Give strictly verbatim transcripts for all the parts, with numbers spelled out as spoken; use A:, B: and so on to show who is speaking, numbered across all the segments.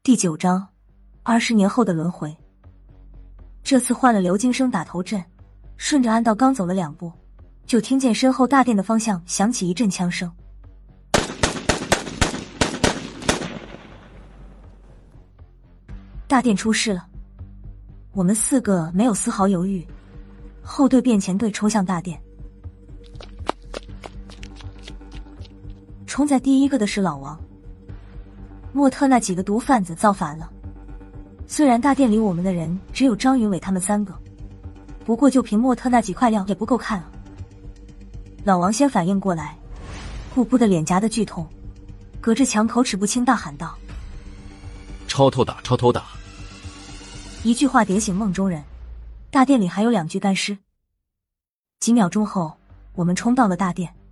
A: 第九章，二十年后的轮回。这次换了刘金生打头阵，顺着暗道刚走了两步，就听见身后大殿的方向响起一阵枪声。大殿出事了，我们四个没有丝毫犹豫，后队变前队冲向大殿。冲在第一个的是老王。莫特那几个毒贩子造反了，虽然大殿里我们的人只有张云伟他们三个，不过就凭莫特那几块料也不够看啊。老王先反应过来，顾不得脸颊的剧痛，隔着墙口齿不清大喊道：
B: 超偷打，超偷打！
A: 一句话点醒梦中人，大殿里还有两具干尸。几秒钟后，我们冲到了大殿。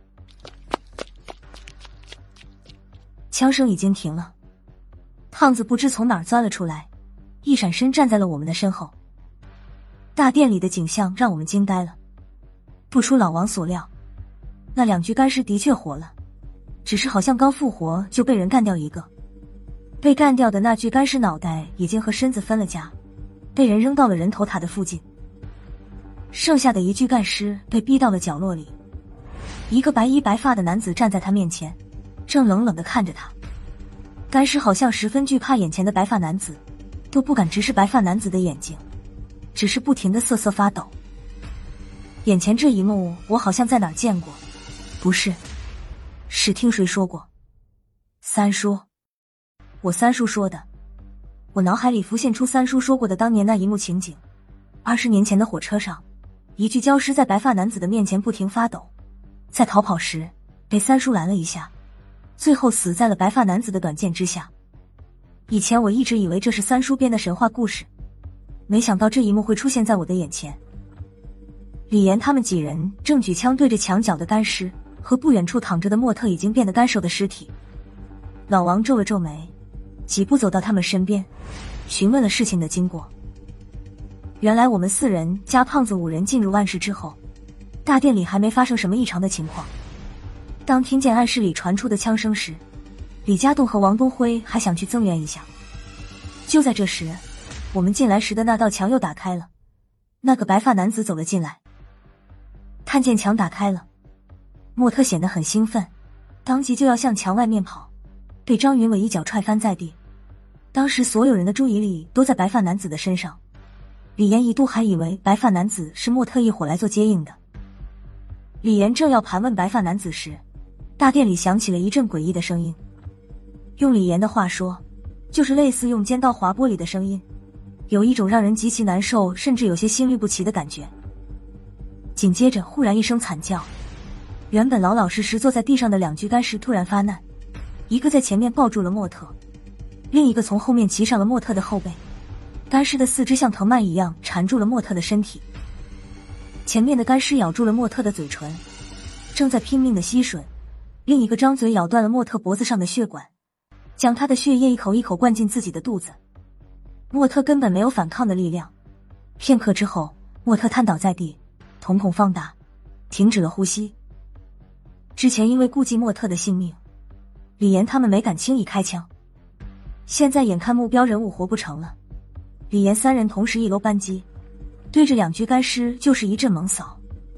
A: 枪声已经停了，胖子不知从哪儿钻了出来，一闪身站在了我们的身后。大殿里的景象让我们惊呆了，不出老王所料，那两具干尸的确活了，只是好像刚复活就被人干掉一个。被干掉的那具干尸脑袋已经和身子分了家，被人扔到了人头塔的附近。剩下的一具干尸被逼到了角落里，一个白衣白发的男子站在他面前，正冷冷地看着他。干尸好像十分惧怕眼前的白发男子，都不敢直视白发男子的眼睛，只是不停地瑟瑟发抖。眼前这一幕我好像在哪儿见过，不是，是听谁说过。三叔，我三叔说的。我脑海里浮现出三叔说过的当年那一幕情景。二十年前的火车上，一具焦尸在白发男子的面前不停发抖，在逃跑时被三叔拦了一下，最后死在了白发男子的短剑之下。以前我一直以为这是三叔编的神话故事，没想到这一幕会出现在我的眼前。李岩他们几人正举枪对着墙角的干尸和不远处躺着的莫特已经变得干瘦的尸体。老王皱了皱眉，几步走到他们身边，询问了事情的经过。原来我们四人加胖子五人进入暗室之后，大殿里还没发生什么异常的情况。当听见暗室里传出的枪声时，李家栋和王东辉还想去增援一下。就在这时，我们进来时的那道墙又打开了，那个白发男子走了进来。看见墙打开了，莫特显得很兴奋，当即就要向墙外面跑，被张云伟一脚踹翻在地。当时所有人的注意力都在白发男子的身上，李岩一度还以为白发男子是莫特一伙来做接应的。李岩正要盘问白发男子时，大殿里响起了一阵诡异的声音，用李岩的话说，就是类似用尖刀划玻璃的声音，有一种让人极其难受，甚至有些心律不齐的感觉。紧接着忽然一声惨叫，原本老老实实坐在地上的两具干尸突然发难，一个在前面抱住了莫特，另一个从后面骑上了莫特的后背，干尸的四肢像藤蔓一样缠住了莫特的身体。前面的干尸咬住了莫特的嘴唇，正在拼命的吸吮，另一个张嘴咬断了莫特脖子上的血管，将他的血液一口一口灌进自己的肚子。莫特根本没有反抗的力量，片刻之后，莫特瘫倒在地，瞳孔放大，停止了呼吸。之前因为顾忌莫特的性命，李岩他们没敢轻易开枪，现在眼看目标人物活不成了，李岩三人同时一搂扳机，对着两具干尸就是一阵猛扫。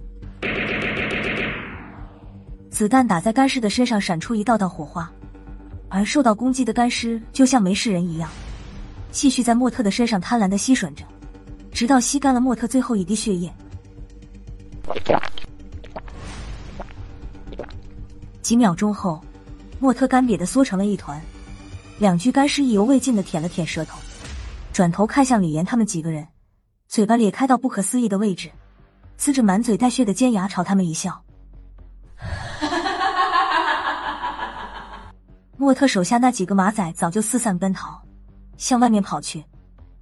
A: 子弹打在干尸的身上闪出一道道火花，而受到攻击的干尸就像没事人一样，继续在莫特的身上贪婪地吸吮着，直到吸干了莫特最后一滴血液。几秒钟后，莫特干瘪地缩成了一团，两具干尸意犹未尽地舔了舔舌头，转头看向李岩他们几个人，嘴巴咧开到不可思议的位置，呲着满嘴带血的尖牙朝他们一笑。莫特手下那几个马仔早就四散奔逃，向外面跑去。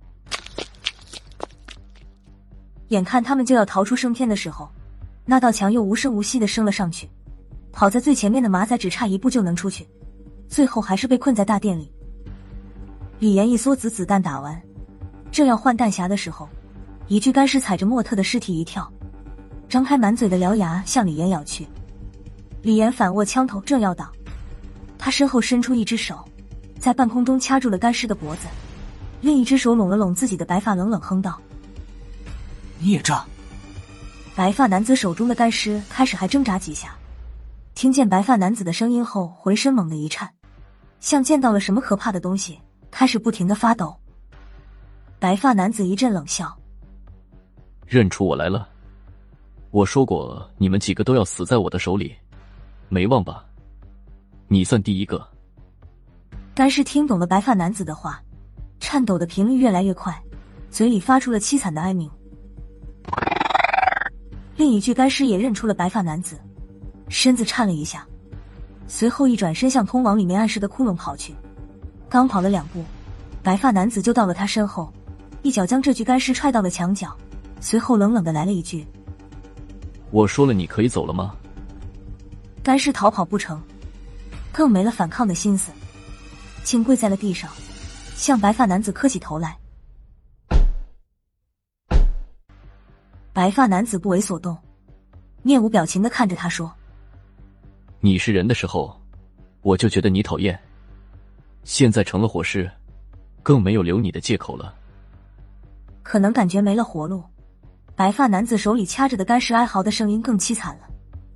A: 眼看他们就要逃出升天的时候，那道墙又无声无息地升了上去，跑在最前面的马仔只差一步就能出去，最后还是被困在大殿里。李岩一梭子子弹打完，正要换弹匣的时候，一具干尸踩着莫特的尸体一跳，张开满嘴的獠牙向李岩咬去。李岩反握枪头正要挡，他身后伸出一只手， 在半空中掐住了干尸的脖子，另一只手拢了拢自己的白发，冷冷哼道：“
C: 孽障！”
A: 白发男子手中的干尸开始还挣扎几下，听见白发男子的声音后，浑身猛地一颤，像见到了什么可怕的东西，开始不停地发抖。白发男子一阵冷笑：“
B: 认出我来了？我说过你们几个都要死在我的手里，没忘吧？你算第一个。”
A: 干尸听懂了白发男子的话，颤抖的频率越来越快，嘴里发出了凄惨的哀鸣。另一具干尸也认出了白发男子，身子颤了一下，随后一转身向通往里面暗室的窟窿跑去。刚跑了两步，白发男子就到了他身后，一脚将这具干尸踹到了墙角，随后冷冷的来了一句：“
B: 我说了你可以走了吗？”
A: 干尸逃跑不成，更没了反抗的心思，竟跪在了地上，向白发男子磕起头来。白发男子不为所动，面无表情地看着他说：“
B: 你是人的时候，我就觉得你讨厌，现在成了火尸，更没有留你的借口了。”
A: 可能感觉没了活路，白发男子手里掐着的干尸哀嚎的声音更凄惨了。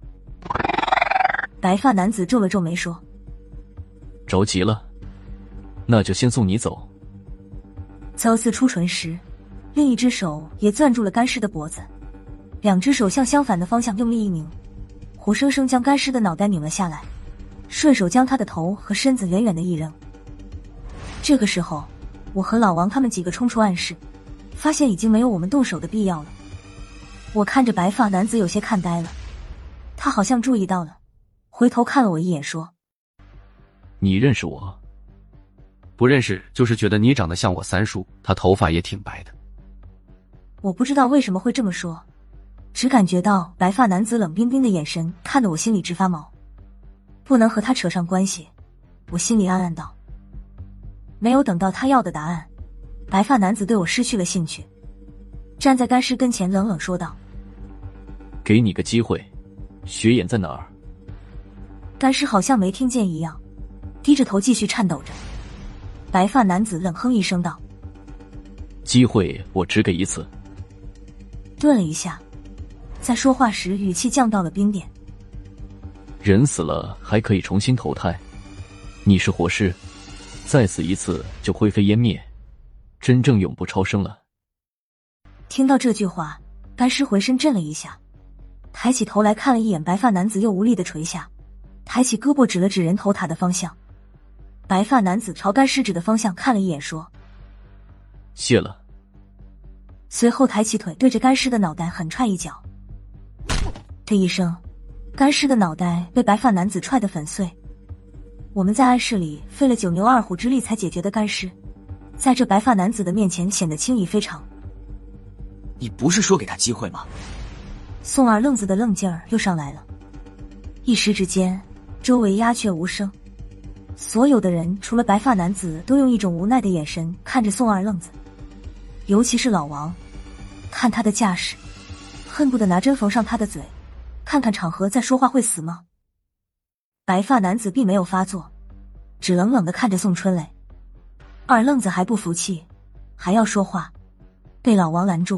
A: 白发男子皱了皱眉说：“
B: 着急了，那就先送你走。”
A: 遭刺出唇时，另一只手也攥住了干尸的脖子，两只手向相反的方向用力一拧，活生生将干尸的脑袋拧了下来，顺手将他的头和身子远远的一扔。这个时候，我和老王他们几个冲出暗室，发现已经没有我们动手的必要了。我看着白发男子有些看呆了，他好像注意到了，回头看了我一眼说：“
B: 你认识我？”“
C: 不认识，就是觉得你长得像我三叔，他头发也挺白的。”
A: 我不知道为什么会这么说，只感觉到白发男子冷冰冰的眼神看得我心里直发毛。不能和他扯上关系，我心里暗暗道。没有等到他要的答案，白发男子对我失去了兴趣，站在干尸跟前冷冷说道：“
B: 给你个机会，雪眼在哪儿？”
A: 干尸好像没听见一样，低着头继续颤抖着。白发男子冷哼一声道：“
B: 机会我只给一次。”
A: 顿了一下，在说话时语气降到了冰点：“
B: 人死了还可以重新投胎，你是活尸，再死一次就灰飞烟灭，真正永不超生了。”
A: 听到这句话，干尸浑身震了一下，抬起头来看了一眼白发男子，又无力的垂下，抬起胳膊指了指人头塔的方向。白发男子朝干尸指的方向看了一眼说：“
B: 谢了。”
A: 随后抬起腿对着干尸的脑袋狠踹一脚，这一声，干尸的脑袋被白发男子踹得粉碎。我们在暗室里费了九牛二虎之力才解决的干尸，在这白发男子的面前显得轻易非常。
D: “你不是说给他机会吗？”
A: 宋二愣子的愣劲儿又上来了。一时之间，周围鸦雀无声，所有的人除了白发男子都用一种无奈的眼神看着宋二愣子，尤其是老王，看他的架势，恨不得拿针缝上他的嘴，看看场合再说话会死吗？白发男子并没有发作，只冷冷地看着宋春雷。二愣子还不服气，还要说话，被老王拦住。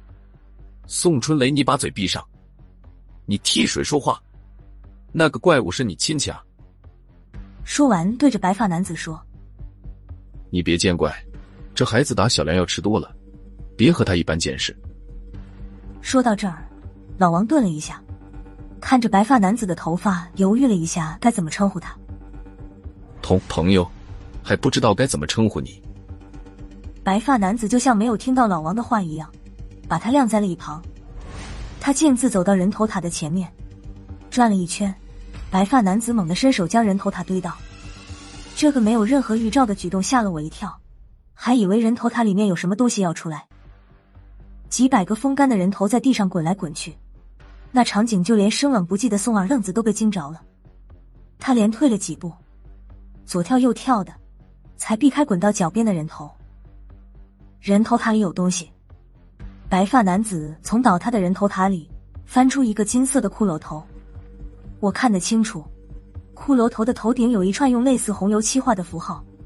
E: “宋春雷，你把嘴闭上，你替谁说话？那个怪物是你亲戚啊？”
A: 说完对着白发男子说：“
E: 你别见怪，这孩子打小粮要吃多了，别和他一般见识。”
A: 说到这儿，老王顿了一下，看着白发男子的头发，犹豫了一下该怎么称呼他。
E: “同朋友，还不知道该怎么称呼你。”
A: 白发男子就像没有听到老王的话一样，把他晾在了一旁。他径自走到人头塔的前面，转了一圈，白发男子猛地伸手将人头塔堆倒。这个没有任何预兆的举动吓了我一跳，还以为人头塔里面有什么东西要出来。几百个风干的人头在地上滚来滚去，那场景就连生冷不忌的宋二愣子都被惊着了。他连退了几步，左跳右跳的，才避开滚到脚边的人头。人头塔里有东西。白发男子从倒塌的人头塔里翻出一个金色的骷髅头，我看得清楚，骷髅头的头顶有一串用类似红油漆画的符号，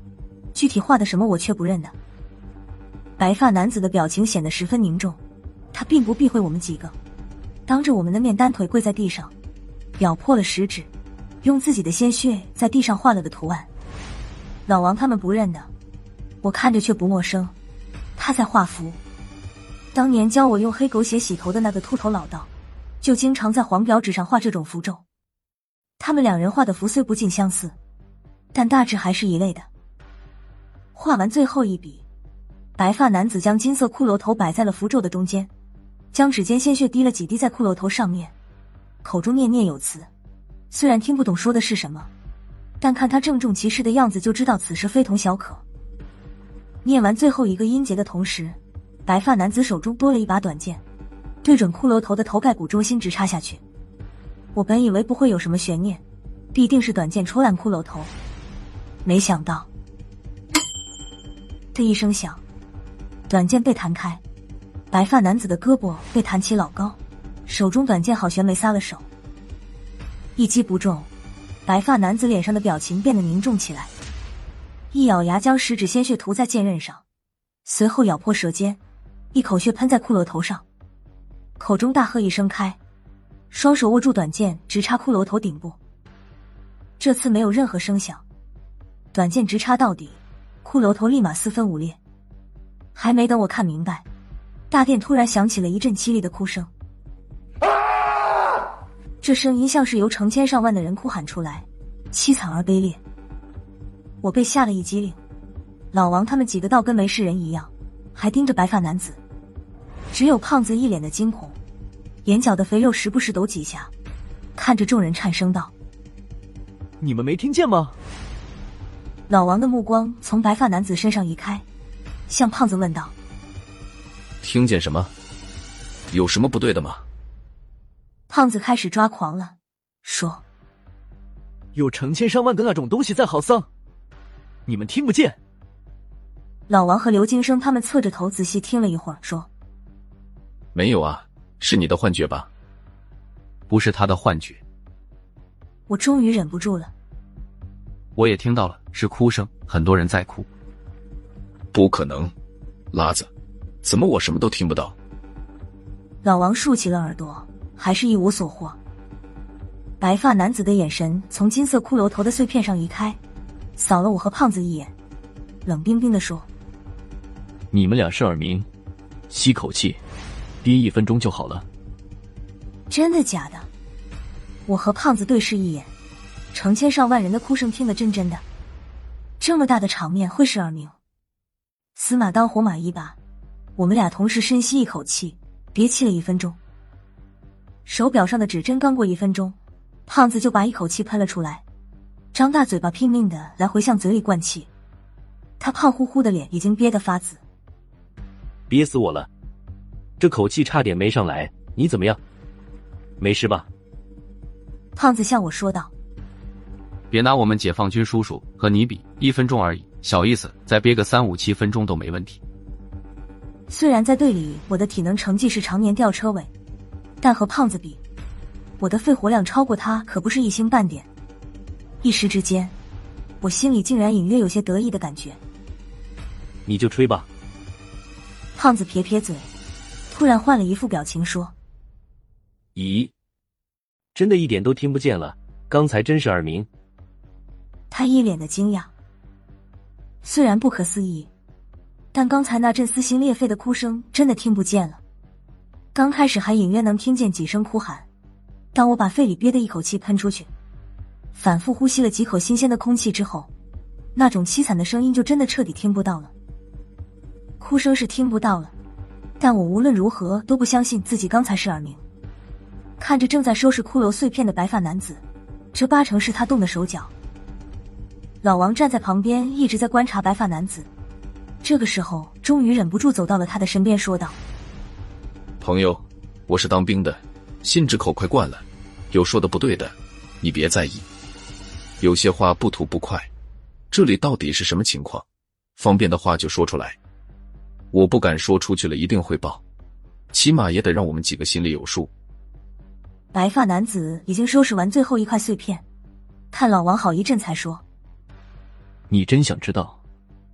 A: 具体画的什么我却不认得。白发男子的表情显得十分凝重，他并不避讳我们几个，当着我们的面单腿跪在地上，咬破了食指，用自己的鲜血在地上画了个图案。老王他们不认得，我看着却不陌生，他在画符。当年教我用黑狗血洗头的那个秃头老道，就经常在黄表纸上画这种符咒。他们两人画的符虽不尽相似，但大致还是一类的。画完最后一笔，白发男子将金色骷髅头摆在了符咒的中间，将指尖鲜血滴了几滴在骷髅头上面，口中念念有词。虽然听不懂说的是什么，但看他郑重其事的样子就知道此事非同小可。念完最后一个音节的同时，白发男子手中多了一把短剑，对准骷髅头的头盖骨中心直插下去。我本以为不会有什么悬念，必定是短剑戳烂骷髅头，没想到的一声响，短剑被弹开，白发男子的胳膊被弹起老高，手中短剑好悬没撒了手。一击不中，白发男子脸上的表情变得凝重起来，一咬牙将食指鲜血涂在剑刃上，随后咬破舌尖，一口血喷在骷髅头上，口中大喝一声开，双手握住短剑直插骷髅头顶部。这次没有任何声响，短剑直插到底，骷髅头立马四分五裂。还没等我看明白，大殿突然响起了一阵凄厉的哭声，这声音像是由成千上万的人哭喊出来，凄惨而卑劣。我被吓了一激灵，老王他们几个倒跟没事人一样，还盯着白发男子，只有胖子一脸的惊恐，眼角的肥肉时不时抖几下，看着众人颤声道：
B: 你们没听见吗？
A: 老王的目光从白发男子身上移开，向胖子问道：
E: 听见什么？有什么不对的吗？
A: 胖子开始抓狂了，说：
B: 有成千上万个那种东西在嚎丧，你们听不见？
A: 老王和刘金生他们侧着头仔细听了一会儿，说：
E: 没有啊，是你的幻觉吧？
C: 不是他的幻觉。
A: 我终于忍不住了，
C: 我也听到了，是哭声，很多人在哭。
E: 不可能，拉子，怎么我什么都听不到？
A: 老王竖起了耳朵，还是一无所获。白发男子的眼神从金色骷髅头的碎片上移开，扫了我和胖子一眼，冷冰冰地说：
B: 你们俩是耳鸣，吸口气，憋一分钟就好了。
A: 真的假的？我和胖子对视一眼，成千上万人的哭声听得真真的，这么大的场面会是耳鸣？死马当活马医吧。我们俩同时深吸一口气，憋气了一分钟。手表上的指针刚过一分钟，胖子就把一口气喷了出来，张大嘴巴拼命的来回向嘴里灌气。他胖乎乎的脸已经憋得发紫。
F: 憋死我了，这口气差点没上来，你怎么样？没事吧？
A: 胖子向我说道：
C: 别拿我们解放军叔叔和你比，一分钟而已，小意思，再憋个三五七分钟都没问题。
A: 虽然在队里我的体能成绩是常年吊车尾，但和胖子比，我的肺活量超过他可不是一星半点。一时之间，我心里竟然隐约有些得意的感觉。
F: 你就吹吧。
A: 胖子撇撇嘴，突然换了一副表情说：
F: 咦，真的一点都听不见了，刚才真是耳鸣。
A: 他一脸的惊讶。虽然不可思议，但刚才那阵撕心裂肺的哭声真的听不见了。刚开始还隐约能听见几声哭喊，当我把肺里憋的一口气喷出去，反复呼吸了几口新鲜的空气之后，那种凄惨的声音就真的彻底听不到了。哭声是听不到了，但我无论如何都不相信自己刚才是耳鸣。看着正在收拾骷髅碎片的白发男子，这八成是他动的手脚。老王站在旁边一直在观察白发男子，这个时候终于忍不住走到了他的身边，说道：
E: 朋友，我是当兵的，心直口快惯了，有说的不对的，你别在意。有些话不吐不快，这里到底是什么情况？方便的话就说出来。我不敢说出去了一定会爆，起码也得让我们几个心里有数。
A: 白发男子已经收拾完最后一块碎片，看老王好一阵才说：
B: 你真想知道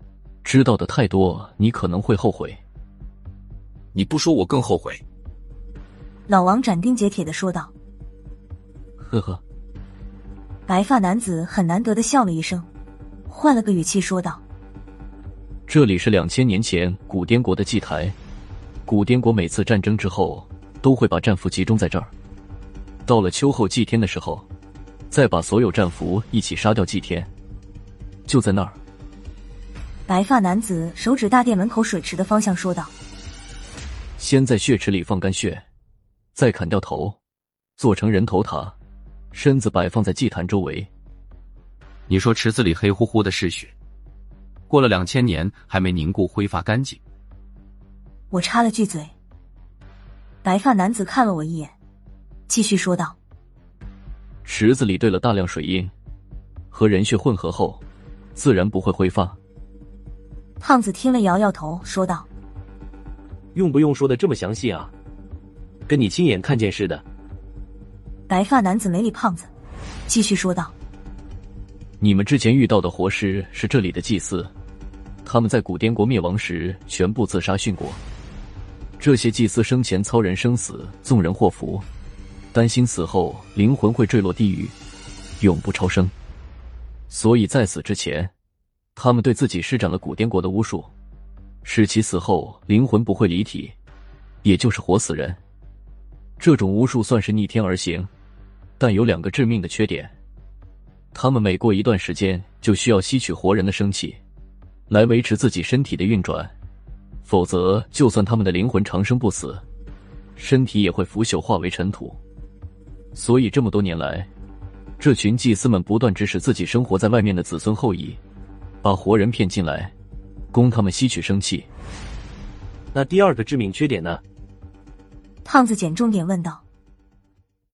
B: 知道的太多，你可能会后悔。
E: 你不说我更后悔。
A: 老王斩钉截铁地说道。
B: 呵呵。
A: 白发男子很难得地笑了一声，换了个语气说道：
B: 这里是两千年前古滇国的祭台，古滇国每次战争之后都会把战俘集中在这儿，到了秋后祭天的时候，再把所有战俘一起杀掉祭天，就在那儿。
A: 白发男子手指大殿门口水池的方向说道：
B: 先在血池里放干血，再砍掉头，做成人头塔，身子摆放在祭坛周围。
C: 你说池子里黑乎乎的是血，过了两千年还没凝固挥发干净。
A: 我插了句嘴。白发男子看了我一眼，继续说道：
B: 池子里兑了大量水银，和人血混合后，自然不会挥发。
A: 胖子听了摇摇头，说道：
F: 用不用说的这么详细啊？跟你亲眼看见似的。
A: 白发男子没理胖子，继续说道：
B: 你们之前遇到的活尸是这里的祭司，他们在古滇国灭亡时全部自杀殉国。这些祭司生前操人生死，纵人祸福，担心死后灵魂会坠落地狱，永不超生。所以在死之前，他们对自己施展了古滇国的巫术，使其死后灵魂不会离体，也就是活死人。这种巫术算是逆天而行，但有两个致命的缺点。他们每过一段时间就需要吸取活人的生气，来维持自己身体的运转，否则就算他们的灵魂长生不死，身体也会腐朽化为尘土。所以这么多年来，这群祭司们不断指使自己生活在外面的子孙后裔，把活人骗进来，供他们吸取生气。
F: 那第二个致命缺点呢？
A: 胖子捡重点问道。